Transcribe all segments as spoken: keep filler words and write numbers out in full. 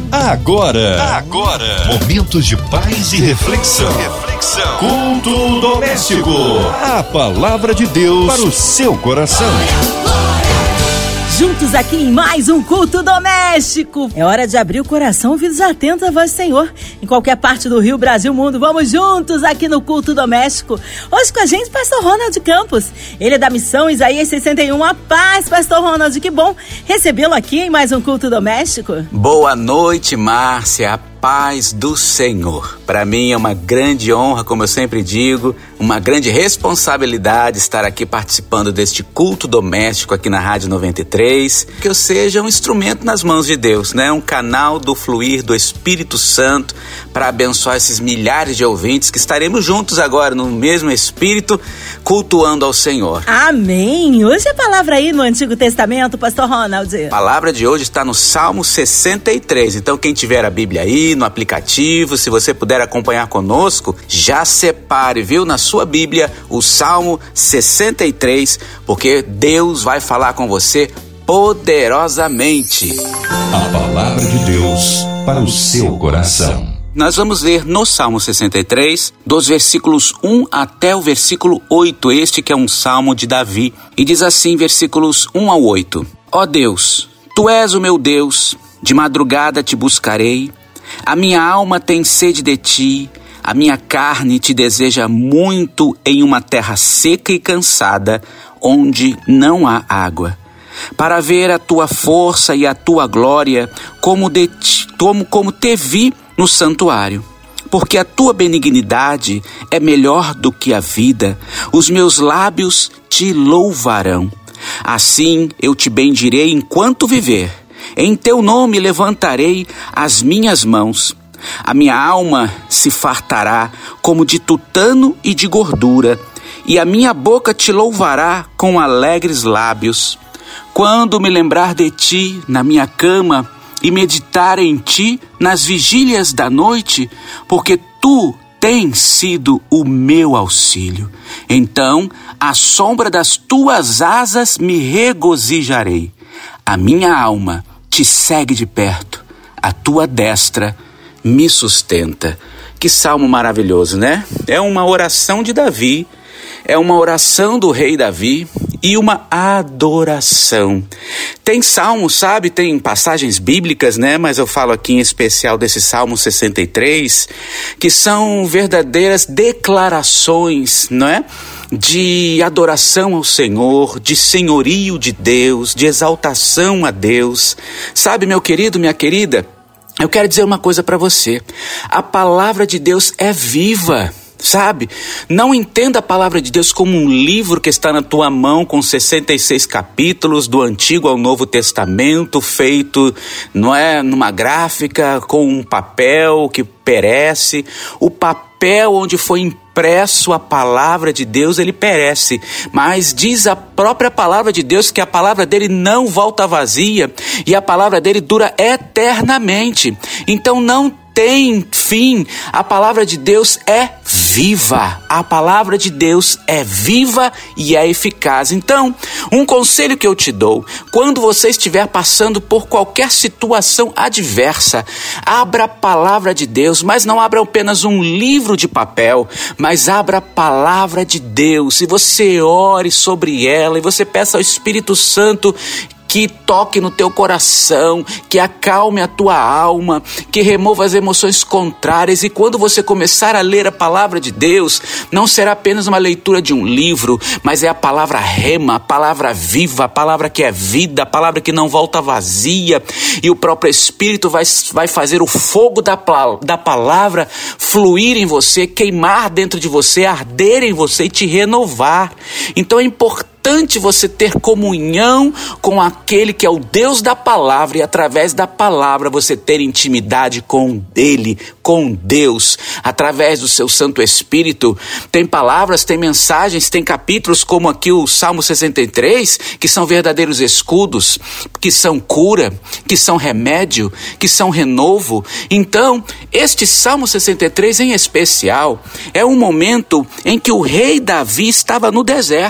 Agora, agora, momentos de paz e reflexão. Reflexão. Culto doméstico. A palavra de Deus para o seu coração. Juntos aqui em mais um culto doméstico. É hora de abrir o coração, ouvidos atentos à voz do Senhor. Em qualquer parte do Rio, Brasil, mundo, vamos juntos aqui no culto doméstico. Hoje com a gente, pastor Ronald Campos. Ele é da missão Isaías sessenta e um. A paz, pastor Ronald, que bom recebê-lo aqui em mais um culto doméstico. Boa noite, Márcia. A paz do Senhor. Para mim é uma grande honra, como eu sempre digo, uma grande responsabilidade estar aqui participando deste culto doméstico aqui na Rádio noventa e três, que eu seja um instrumento nas mãos de Deus, né? Um canal do fluir do Espírito Santo para abençoar esses milhares de ouvintes que estaremos juntos agora no mesmo Espírito, cultuando ao Senhor. Amém! Hoje a palavra aí no Antigo Testamento, pastor Ronald. A palavra de hoje está no Salmo sessenta e três, então quem tiver a Bíblia aí, no aplicativo, se você puder acompanhar conosco, já separe, viu, na sua Bíblia, o Salmo sessenta e três, porque Deus vai falar com você poderosamente. A palavra de Deus para o seu coração. Nós vamos ler no Salmo sessenta e três, dos versículos um até o versículo oito, este que é um salmo de Davi, e diz assim, versículos um ao oito. Ó Deus, Tu és o meu Deus, de madrugada te buscarei. A minha alma tem sede de ti, a minha carne te deseja muito em uma terra seca e cansada, onde não há água, para ver a tua força e a tua glória, como, de ti, como, como te vi no santuário. Porque a tua benignidade é melhor do que a vida, os meus lábios te louvarão. Assim eu te bendirei enquanto viver. Em teu nome levantarei as minhas mãos. A minha alma se fartará como de tutano e de gordura, e a minha boca te louvará com alegres lábios. Quando me lembrar de ti na minha cama e meditar em ti nas vigílias da noite, porque tu tens sido o meu auxílio. Então, à sombra das tuas asas me regozijarei. A minha alma te segue de perto, a tua destra me sustenta. Que salmo maravilhoso, né? É uma oração de Davi, é uma oração do rei Davi e uma adoração. Tem salmos, sabe? Tem passagens bíblicas, né? Mas eu falo aqui em especial desse Salmo sessenta e três, que são verdadeiras declarações, não é? De adoração ao Senhor, de senhorio de Deus, de exaltação a Deus. Sabe, meu querido, minha querida, eu quero dizer uma coisa para você. A palavra de Deus é viva. Sabe, não entenda a palavra de Deus como um livro que está na tua mão com sessenta e seis capítulos do Antigo ao Novo Testamento, feito, não é, numa gráfica com um papel que perece. O papel onde foi impresso a palavra de Deus, ele perece, mas diz a própria palavra de Deus que a palavra dele não volta vazia e a palavra dele dura eternamente. Então não tem fim. A palavra de Deus é viva. A palavra de Deus é viva e é eficaz. Então, um conselho que eu te dou, quando você estiver passando por qualquer situação adversa, abra a palavra de Deus, mas não abra apenas um livro de papel, mas abra a palavra de Deus e você ore sobre ela e você peça ao Espírito Santo que toque no teu coração, que acalme a tua alma, que remova as emoções contrárias. E quando você começar a ler a palavra de Deus, não será apenas uma leitura de um livro, mas é a palavra rema, a palavra viva, a palavra que é vida, a palavra que não volta vazia. E o próprio Espírito vai, vai fazer o fogo da, da palavra fluir em você, queimar dentro de você, arder em você e te renovar. Então é importante importante você ter comunhão com aquele que é o Deus da palavra e através da palavra você ter intimidade com Ele, com Deus, através do seu Santo Espírito. Tem palavras, tem mensagens, tem capítulos como aqui o Salmo sessenta e três, que são verdadeiros escudos, que são cura, que são remédio, que são renovo. Então, este Salmo sessenta e três em especial é um momento em que o rei Davi estava no deserto.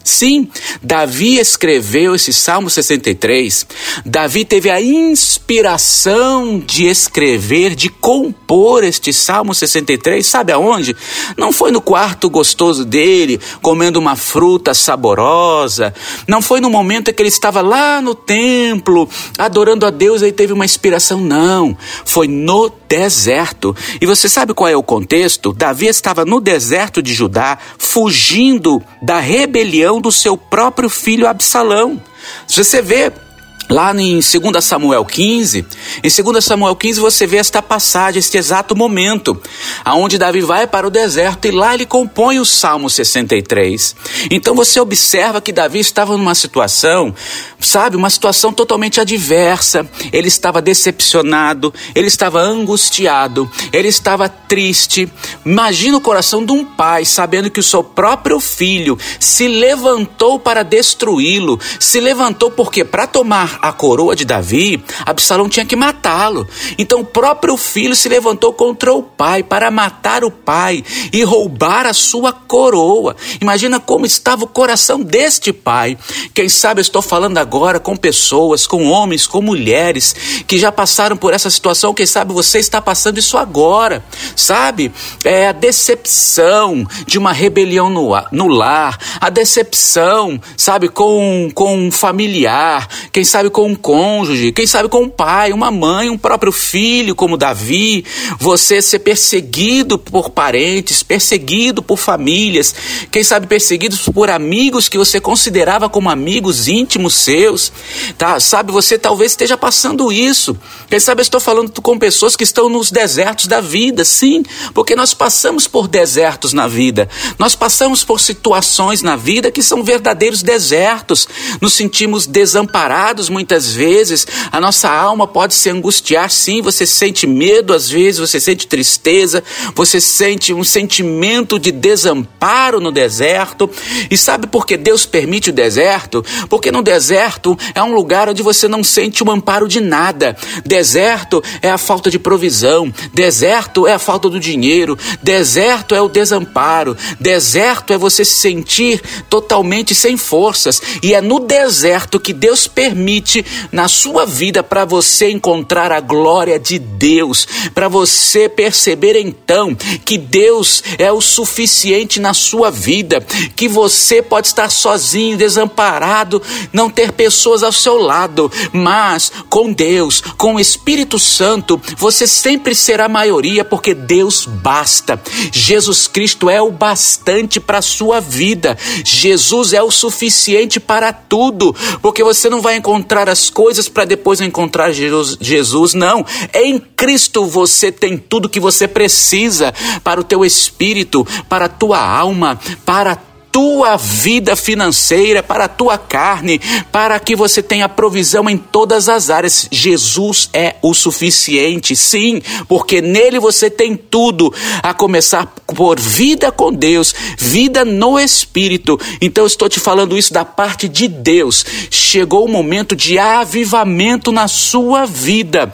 Sim, Davi escreveu esse Salmo sessenta e três. Davi teve a inspiração de escrever, de compor este Salmo sessenta e três. Sabe aonde? Não foi no quarto gostoso dele, comendo uma fruta saborosa. Não foi no momento em que ele estava lá no templo, adorando a Deus, e teve uma inspiração. Não, foi no deserto. E você sabe qual é o contexto? Davi estava no deserto de Judá, fugindo da rebelião do seu próprio filho Absalão. Se você vê lá em dois Samuel quinze, em dois Samuel quinze você vê esta passagem, este exato momento, aonde Davi vai para o deserto e lá ele compõe o Salmo sessenta e três. Então você observa que Davi estava numa situação, sabe, uma situação totalmente adversa. Ele estava decepcionado, ele estava angustiado, ele estava triste. Imagina o coração de um pai sabendo que o seu próprio filho se levantou para destruí-lo, se levantou porque para tomar a coroa de Davi, Absalão tinha que matá-lo. Então o próprio filho se levantou contra o pai para matar o pai e roubar a sua coroa. Imagina como estava o coração deste pai. Quem sabe eu estou falando agora com pessoas, com homens, com mulheres que já passaram por essa situação. Quem sabe você está passando isso agora, sabe? É a decepção de uma rebelião no, no lar, a decepção, sabe, com, com um familiar, quem sabe com um cônjuge, quem sabe com um pai, uma mãe, um próprio filho, como Davi. Você ser perseguido por parentes, perseguido por famílias, quem sabe perseguidos por amigos que você considerava como amigos íntimos seus, tá? Sabe, você talvez esteja passando isso. Quem sabe eu estou falando com pessoas que estão nos desertos da vida, sim, porque nós passamos por desertos na vida, nós passamos por situações na vida que são verdadeiros desertos, nos sentimos desamparados muitas vezes, a nossa alma pode se angustiar, sim, você sente medo às vezes, você sente tristeza, você sente um sentimento de desamparo no deserto. E sabe por que Deus permite o deserto? Porque no deserto é um lugar onde você não sente o amparo de nada. Deserto é a falta de provisão, deserto é a falta do dinheiro, deserto é o desamparo, deserto é você se sentir totalmente sem forças. E é no deserto que Deus permite na sua vida para você encontrar a glória de Deus, para você perceber então que Deus é o suficiente na sua vida, que você pode estar sozinho, desamparado, não ter pessoas ao seu lado, mas com Deus, com o Espírito Santo, você sempre será maioria, porque Deus basta. Jesus Cristo é o bastante para a sua vida. Jesus é o suficiente para tudo, porque você não vai encontrar as coisas para depois encontrar Jesus, Jesus, não. Em Cristo você tem tudo que você precisa para o teu espírito, para a tua alma, para a tua vida financeira, para a tua carne, para que você tenha provisão em todas as áreas. Jesus é o suficiente, sim, porque nele você tem tudo, a começar por vida com Deus, vida no Espírito. Então eu estou te falando isso da parte de Deus. Chegou o momento de avivamento na sua vida,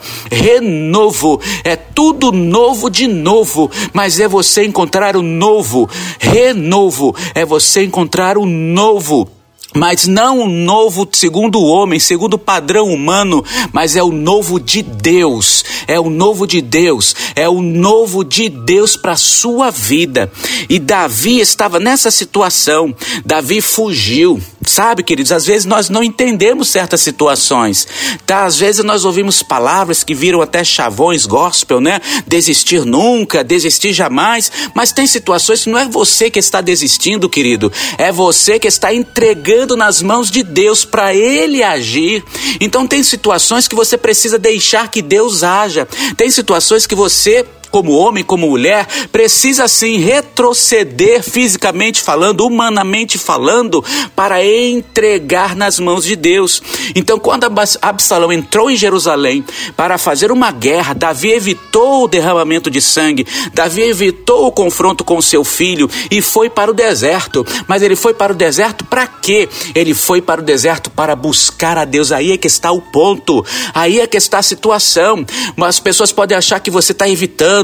renovo, é tudo novo de novo, mas é você encontrar o novo. Renovo é você Você encontrar o novo, mas não o novo segundo o homem, segundo o padrão humano, mas é o novo de Deus, é o novo de Deus, é o novo de Deus para a sua vida. E Davi estava nessa situação, Davi fugiu. Sabe, queridos, às vezes nós não entendemos certas situações, tá? Às vezes nós ouvimos palavras que viram até chavões gospel, né? Desistir nunca, desistir jamais, mas tem situações que não é você que está desistindo, querido, é você que está entregando nas mãos de Deus para Ele agir. Então tem situações que você precisa deixar que Deus haja, tem situações que você, como homem, como mulher, precisa sim retroceder fisicamente falando, humanamente falando, para entregar nas mãos de Deus. Então, quando Absalão entrou em Jerusalém para fazer uma guerra, Davi evitou o derramamento de sangue, Davi evitou o confronto com seu filho e foi para o deserto. Mas ele foi para o deserto para quê? Ele foi para o deserto para buscar a Deus. Aí é que está o ponto, aí é que está a situação. As pessoas podem achar que você está evitando,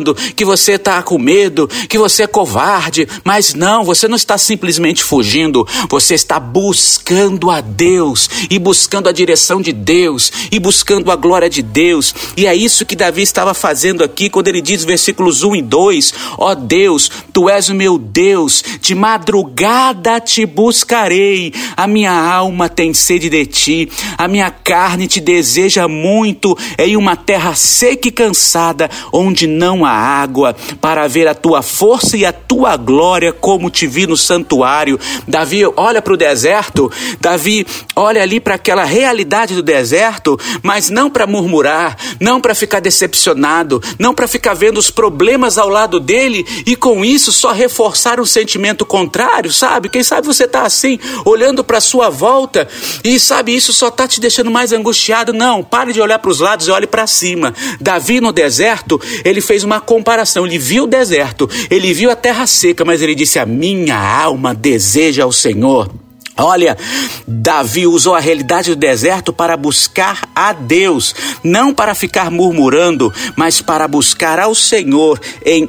achando que você está com medo, que você é covarde, mas não, você não está simplesmente fugindo, você está buscando a Deus, e buscando a direção de Deus, e buscando a glória de Deus. E é isso que Davi estava fazendo aqui, quando ele diz versículos um e dois, ó Deus, tu és o meu Deus, de madrugada te buscarei, a minha alma tem sede de ti, a minha carne te deseja muito em uma terra seca e cansada, onde não há água, para ver a tua força e a tua glória, como te vi no santuário. Davi olha para o deserto, Davi olha ali para aquela realidade do deserto, mas não para murmurar, não para ficar decepcionado, não para ficar vendo os problemas ao lado dele e com isso só reforçar um sentimento contrário, sabe? Quem sabe você está assim, olhando para a sua volta e sabe, isso só está te deixando mais angustiado. Não, pare de olhar para os lados e olhe para cima. Davi no deserto, ele fez uma comparação, ele viu o deserto, ele viu a terra seca, mas ele disse, a minha alma deseja ao Senhor. Olha, Davi usou a realidade do deserto para buscar a Deus, não para ficar murmurando, mas para buscar ao Senhor em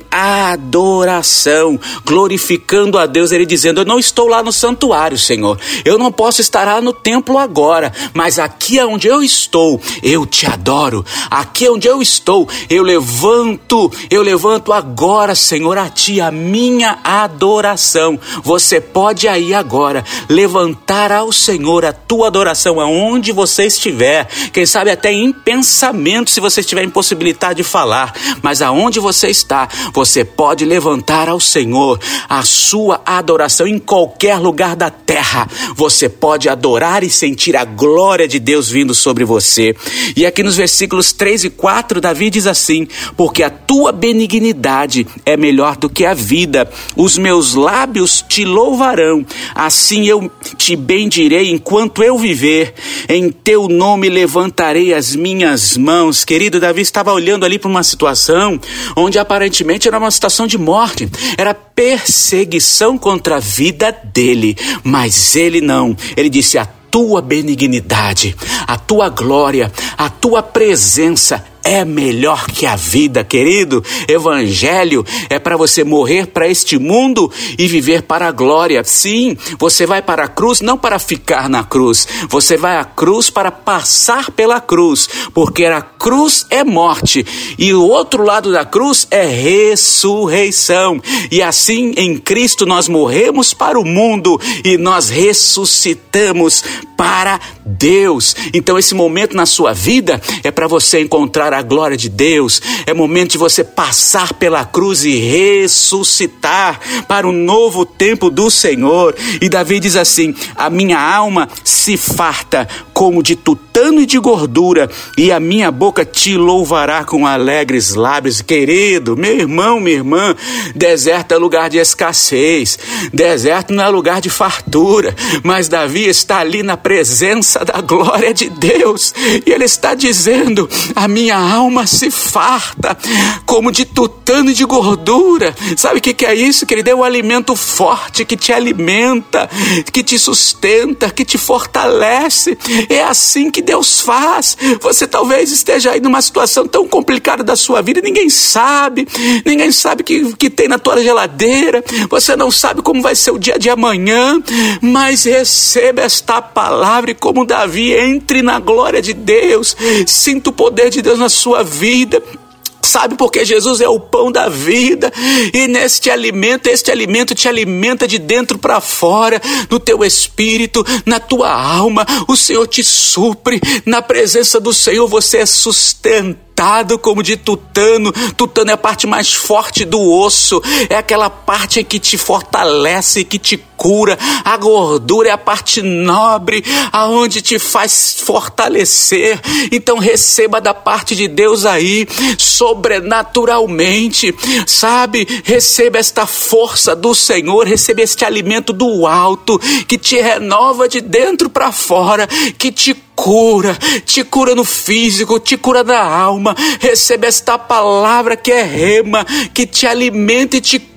adoração, glorificando a Deus, ele dizendo, eu não estou lá no santuário, Senhor, eu não posso estar lá no templo agora, mas aqui onde eu estou, eu te adoro, aqui onde eu estou, eu levanto, eu levanto agora, Senhor, a ti a minha adoração. Você pode aí agora levantar levantar ao Senhor a tua adoração aonde você estiver, quem sabe até em pensamento, se você estiver impossibilitado de falar, mas aonde você está, você pode levantar ao Senhor a sua adoração em qualquer lugar da terra. Você pode adorar e sentir a glória de Deus vindo sobre você. E aqui nos versículos três e quatro, Davi diz assim, porque a tua benignidade é melhor do que a vida, os meus lábios te louvarão, assim eu te bendirei enquanto eu viver, em teu nome levantarei as minhas mãos. Querido, Davi estava olhando ali para uma situação onde aparentemente era uma situação de morte, era perseguição contra a vida dele, mas ele não, ele disse, a tua benignidade, a tua glória, a tua presença é melhor que a vida, querido. Evangelho é para você morrer para este mundo e viver para a glória. Sim, você vai para a cruz não para ficar na cruz, você vai à cruz para passar pela cruz, porque a cruz é morte e o outro lado da cruz é ressurreição. E assim em Cristo nós morremos para o mundo e nós ressuscitamos para Deus. Então esse momento na sua vida é para você encontrar a glória de Deus, é momento de você passar pela cruz e ressuscitar para o novo tempo do Senhor. E Davi diz assim, a minha alma se farta como de tutano e de gordura, e a minha boca te louvará com alegres lábios. Querido, meu irmão, minha irmã, deserto é lugar de escassez, deserto não é lugar de fartura, mas Davi está ali na presença da glória de Deus, e ele está dizendo, a minha alma se farta como de tutano e de gordura. Sabe o que, que é isso? Que ele deu um alimento forte, que te alimenta, que te sustenta, que te fortalece. É assim que Deus faz. Você talvez esteja aí numa situação tão complicada da sua vida, ninguém sabe, ninguém sabe o que, que tem na tua geladeira, você não sabe como vai ser o dia de amanhã, mas receba esta palavra e como Davi, entre na glória de Deus, sinta o poder de Deus na sua vida. Sabe, porque Jesus é o pão da vida, e neste alimento, este alimento te alimenta de dentro para fora, no teu espírito, na tua alma. O Senhor te supre, na presença do Senhor você é sustentado como de tutano. Tutano é a parte mais forte do osso, é aquela parte que te fortalece, que te cura. A gordura é a parte nobre, aonde te faz fortalecer. Então receba da parte de Deus aí, sobrenaturalmente, sabe? Receba esta força do Senhor, receba este alimento do alto, que te renova de dentro para fora, que te cura, te cura no físico, te cura na alma. Receba esta palavra que é rema, que te alimenta e te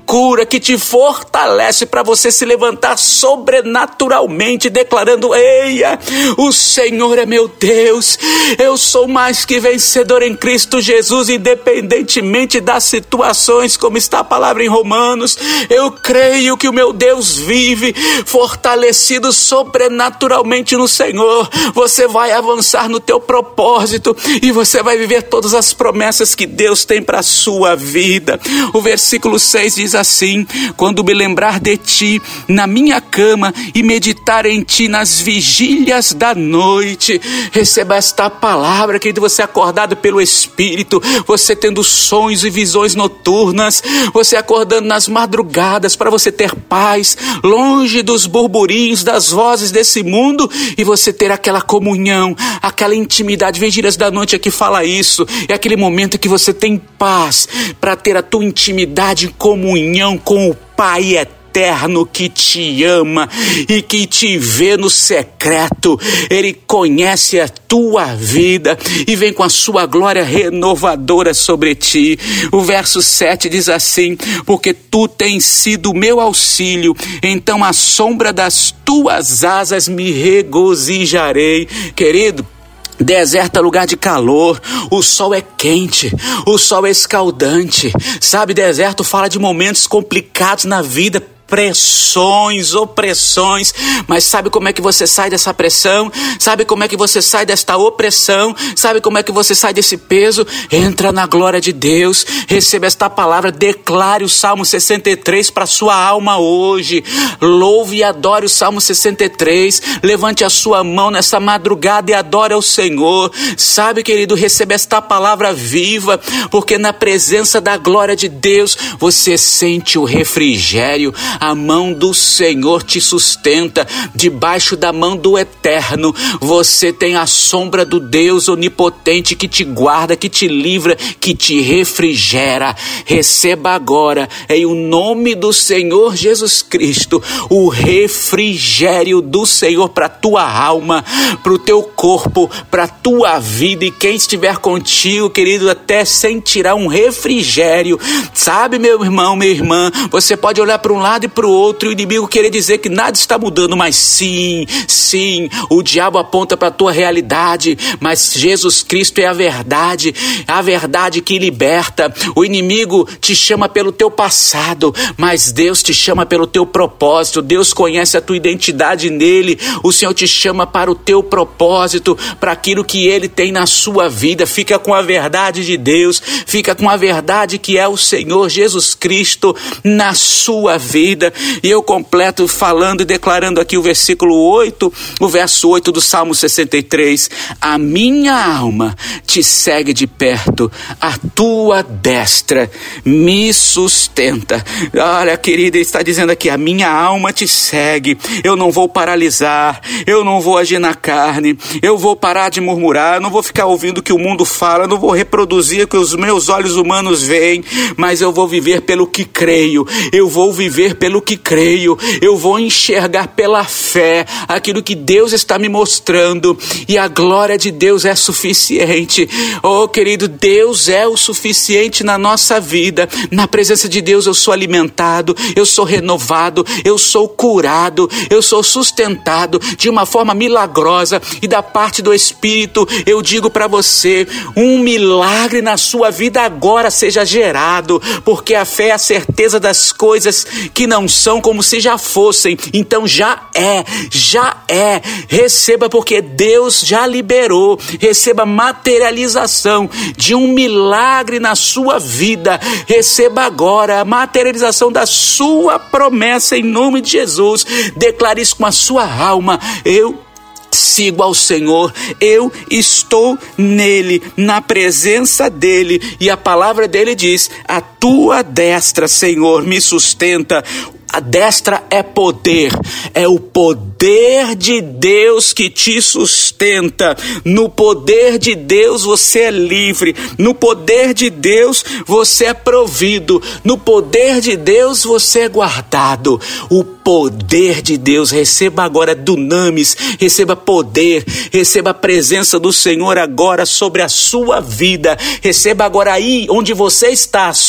cura, que te fortalece para você se levantar sobrenaturalmente, declarando: eia, o Senhor é meu Deus, eu sou mais que vencedor em Cristo Jesus, independentemente das situações, como está a palavra em Romanos. Eu creio que o meu Deus vive, fortalecido sobrenaturalmente no Senhor. Você vai avançar no teu propósito e você vai viver todas as promessas que Deus tem para a sua vida. O versículo seis diz assim: quando me lembrar de ti na minha cama e meditar em ti nas vigílias da noite. Receba esta palavra, querido, você acordado pelo Espírito, você tendo sonhos e visões noturnas, você acordando nas madrugadas para você ter paz, longe dos burburinhos, das vozes desse mundo, e você ter aquela comunhão, aquela intimidade. Vigílias da noite aqui fala isso, é aquele momento que você tem paz para ter a tua intimidade, comunhão com o Pai eterno, eterno que te ama e que te vê no secreto. Ele conhece a tua vida e vem com a sua glória renovadora sobre ti. O verso sete diz assim: porque tu tens sido meu auxílio, então à sombra das tuas asas me regozijarei. Querido, deserto é lugar de calor, o sol é quente, o sol é escaldante, sabe? Deserto fala de momentos complicados na vida, pressões, opressões, mas sabe como é que você sai dessa pressão? Sabe como é que você sai desta opressão? Sabe como é que você sai desse peso? Entra na glória de Deus, receba esta palavra, declare o Salmo sessenta e três para sua alma hoje, louve e adore o Salmo sessenta e três, levante a sua mão nessa madrugada e adore ao Senhor. Sabe, querido, receba esta palavra viva, porque na presença da glória de Deus, você sente o refrigério. A mão do Senhor te sustenta, debaixo da mão do Eterno você tem a sombra do Deus onipotente que te guarda, que te livra, que te refrigera. Receba agora, em o nome do Senhor Jesus Cristo, o refrigério do Senhor para tua alma, para o teu corpo, para tua vida, e quem estiver contigo, querido, até sentirá um refrigério. Sabe, meu irmão, minha irmã, você pode olhar para um lado e para o outro, e o inimigo querer dizer que nada está mudando, mas sim, sim, o diabo aponta para a tua realidade, mas Jesus Cristo é a verdade, a verdade que liberta. O inimigo te chama pelo teu passado, mas Deus te chama pelo teu propósito. Deus conhece a tua identidade nele, o Senhor te chama para o teu propósito, para aquilo que Ele tem na sua vida. Fica com a verdade de Deus, fica com a verdade que é o Senhor Jesus Cristo na sua vida. E eu completo falando e declarando aqui o versículo oito, o verso oito do Salmo sessenta e três: a minha alma te segue de perto, a tua destra me sustenta. Olha, querida, ele está dizendo aqui: a minha alma te segue, eu não vou paralisar, eu não vou agir na carne, eu vou parar de murmurar, não vou ficar ouvindo o que o mundo fala, não vou reproduzir o que os meus olhos humanos veem, mas eu vou viver pelo que creio, eu vou viver pelo Pelo que creio, eu vou enxergar pela fé aquilo que Deus está me mostrando, e a glória de Deus é suficiente. Oh, querido, Deus é o suficiente na nossa vida. Na presença de Deus eu sou alimentado, eu sou renovado, eu sou curado, eu sou sustentado de uma forma milagrosa, e da parte do Espírito eu digo para você: um milagre na sua vida agora seja gerado, porque a fé é a certeza das coisas que não não são como se já fossem. Então já é, já é. Receba, porque Deus já liberou. Receba materialização de um milagre na sua vida. Receba agora a materialização da sua promessa em nome de Jesus. Declare isso com a sua alma. Eu sigo ao Senhor, eu estou nele, na presença dele, e a palavra dele diz: a tua destra, Senhor, me sustenta. A destra é poder, é o poder de Deus que te sustenta. No poder de Deus você é livre, no poder de Deus você é provido, no poder de Deus você é guardado. O poder de Deus, receba agora dunamis, receba poder, receba a presença do Senhor agora sobre a sua vida. Receba agora aí onde você está,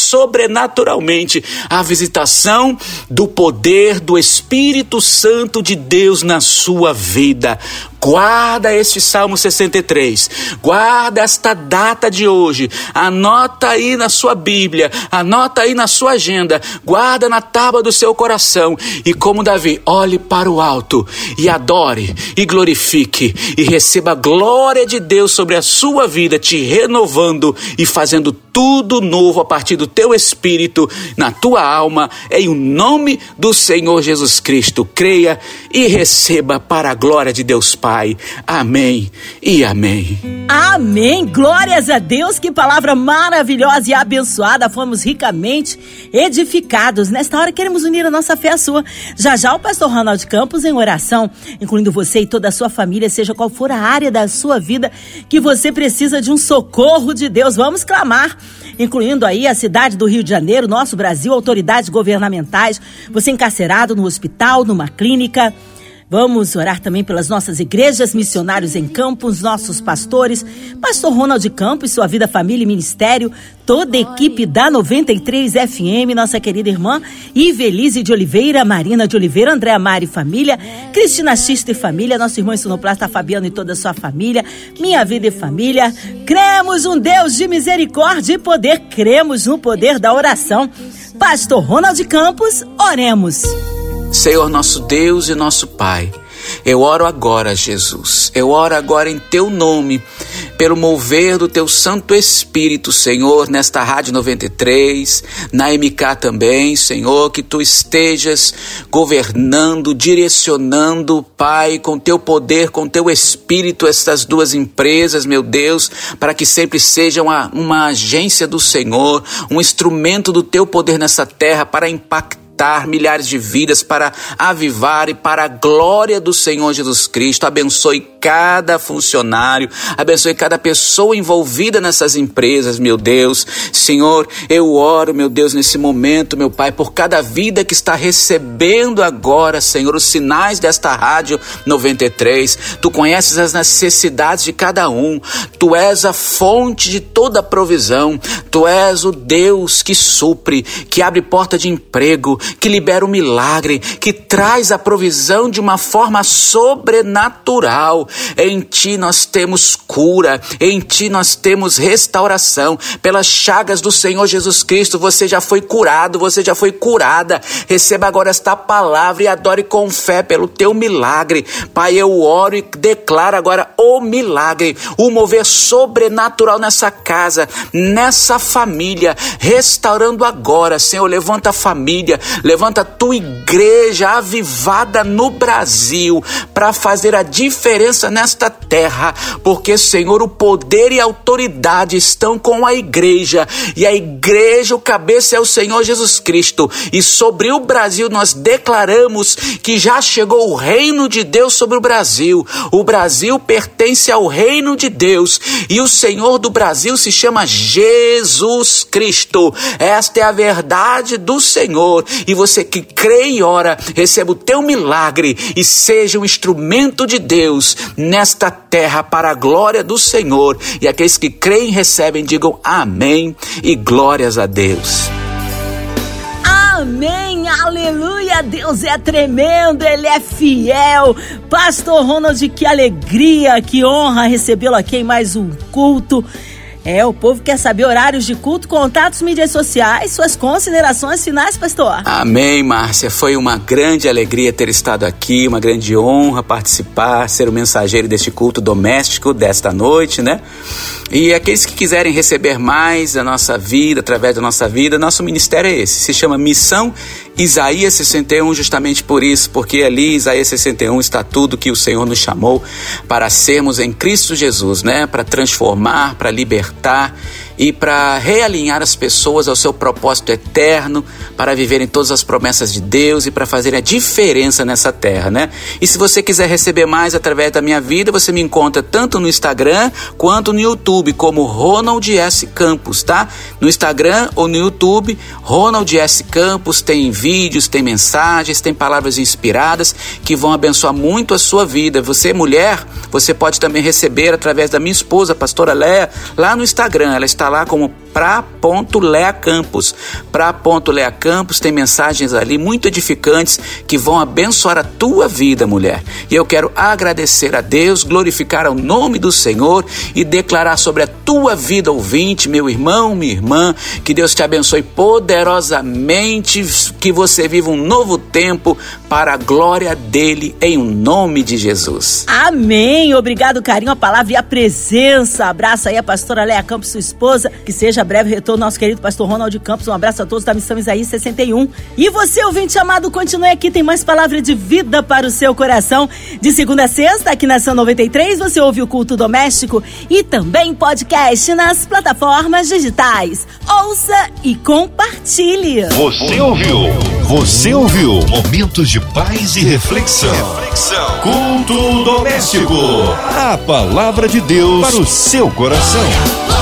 sobrenaturalmente a visitação do poder do Espírito Santo de Deus na sua vida. Guarda este Salmo sessenta e três, guarda esta data de hoje, anota aí na sua Bíblia, anota aí na sua agenda, guarda na tábua do seu coração e, como Davi, olhe para o alto e adore e glorifique e receba a glória de Deus sobre a sua vida, te renovando e fazendo tudo novo a partir do teu espírito, na tua alma, em o nome do Senhor Jesus Cristo. Creia e receba para a glória de Deus Pai. Amém e amém. Amém. Glórias a Deus. Que palavra maravilhosa e abençoada. Fomos ricamente edificados. Nesta hora queremos unir a nossa fé à sua. Já já o pastor Ronald Campos em oração, incluindo você e toda a sua família, seja qual for a área da sua vida que você precisa de um socorro de Deus. Vamos clamar, incluindo aí a cidade do Rio de Janeiro, nosso Brasil, autoridades governamentais, você encarcerado no hospital, numa clínica. Vamos orar também pelas nossas igrejas, missionários em campos, nossos pastores, pastor Ronald Campos, sua vida, família e ministério, toda a equipe da noventa e três F M, nossa querida irmã Ivelise de Oliveira, Marina de Oliveira, Andréa Mari e família, Cristina Xista e família, nosso irmão sonoplasta Fabiano e toda a sua família, Minha Vida e família. Cremos um Deus de misericórdia e poder, cremos no poder da oração. Pastor Ronald Campos, oremos. Senhor, nosso Deus e nosso Pai, eu oro agora, Jesus, eu oro agora em Teu nome, pelo mover do Teu Santo Espírito, Senhor, nesta Rádio noventa e três, na M K também, Senhor, que Tu estejas governando, direcionando, Pai, com Teu poder, com Teu Espírito, estas duas empresas, meu Deus, para que sempre sejam uma, uma agência do Senhor, um instrumento do Teu poder nessa terra para impactar milhares de vidas, para avivar e para a glória do Senhor Jesus Cristo. Abençoe cada funcionário, abençoe cada pessoa envolvida nessas empresas, meu Deus. Senhor, eu oro, meu Deus, nesse momento, meu Pai, por cada vida que está recebendo agora, Senhor, os sinais desta Rádio noventa e três. Tu conheces as necessidades de cada um, Tu és a fonte de toda provisão, Tu és o Deus que supre, que abre porta de emprego, que libera o milagre, que traz a provisão de uma forma sobrenatural. Em Ti nós temos cura, em Ti nós temos restauração. Pelas chagas do Senhor Jesus Cristo você já foi curado, você já foi curada. Receba agora esta palavra e adore com fé pelo Teu milagre. Pai, eu oro e declaro agora o milagre, o mover sobrenatural nessa casa, nessa família, restaurando agora. Senhor, levanta a família, levanta a Tua igreja avivada no Brasil para fazer a diferença nesta terra, porque, Senhor, o poder e a autoridade estão com a igreja, e a igreja, o cabeça é o Senhor Jesus Cristo, e sobre o Brasil nós declaramos que já chegou o reino de Deus sobre o Brasil. O Brasil pertence ao reino de Deus, e o Senhor do Brasil se chama Jesus Cristo. Esta é a verdade do Senhor, e você que crê e ora, receba o teu milagre e seja um instrumento de Deus nesta terra para a glória do Senhor. E aqueles que creem e recebem, digam amém e glórias a Deus. Amém, aleluia, Deus é tremendo, Ele é fiel. Pastor Ronald, que alegria, que honra recebê-lo aqui em mais um culto. É, o povo quer saber horários de culto, contatos, mídias sociais, suas considerações finais, pastor. Amém, Márcia. Foi uma grande alegria ter estado aqui, uma grande honra participar, ser o mensageiro deste culto doméstico desta noite, né? E aqueles que quiserem receber mais da nossa vida, através da nossa vida, nosso ministério é esse, se chama Missão Isaías sessenta e um, justamente por isso, porque ali, Isaías sessenta e um, está tudo que o Senhor nos chamou para sermos em Cristo Jesus, né? Para transformar, para libertar e para realinhar as pessoas ao seu propósito eterno, para viverem todas as promessas de Deus e para fazerem a diferença nessa terra, né? E se você quiser receber mais através da minha vida, você me encontra tanto no Instagram quanto no YouTube, como Ronald S. Campos, tá? No Instagram ou no YouTube, Ronald S. Campos, tem vídeos, tem mensagens, tem palavras inspiradas que vão abençoar muito a sua vida. Você, mulher, você pode também receber através da minha esposa, a pastora Léa, lá no Instagram. Ela está lá como Pra Ponto Lea Campos. Pra Ponto Lea Campos tem mensagens ali muito edificantes que vão abençoar a tua vida, mulher. E eu quero agradecer a Deus, glorificar o nome do Senhor e declarar sobre a tua vida, ouvinte, meu irmão, minha irmã, que Deus te abençoe poderosamente, que você viva um novo tempo para a glória dele, em nome de Jesus. Amém. Obrigado, carinho, a palavra e a presença. Abraço aí a pastora Lea Campos, sua esposa, que seja breve retorno nosso querido pastor Ronald Campos. Um abraço a todos da Missão Isaías sessenta e um. E você, ouvinte amado, continue aqui, tem mais palavra de vida para o seu coração. De segunda a sexta, aqui na Ação noventa e três, você ouve o Culto Doméstico e também podcast nas plataformas digitais. Ouça e compartilhe. Você ouviu? Você ouviu? Momentos de paz e reflexão. Reflexão. Culto Doméstico. A palavra de Deus para o seu coração.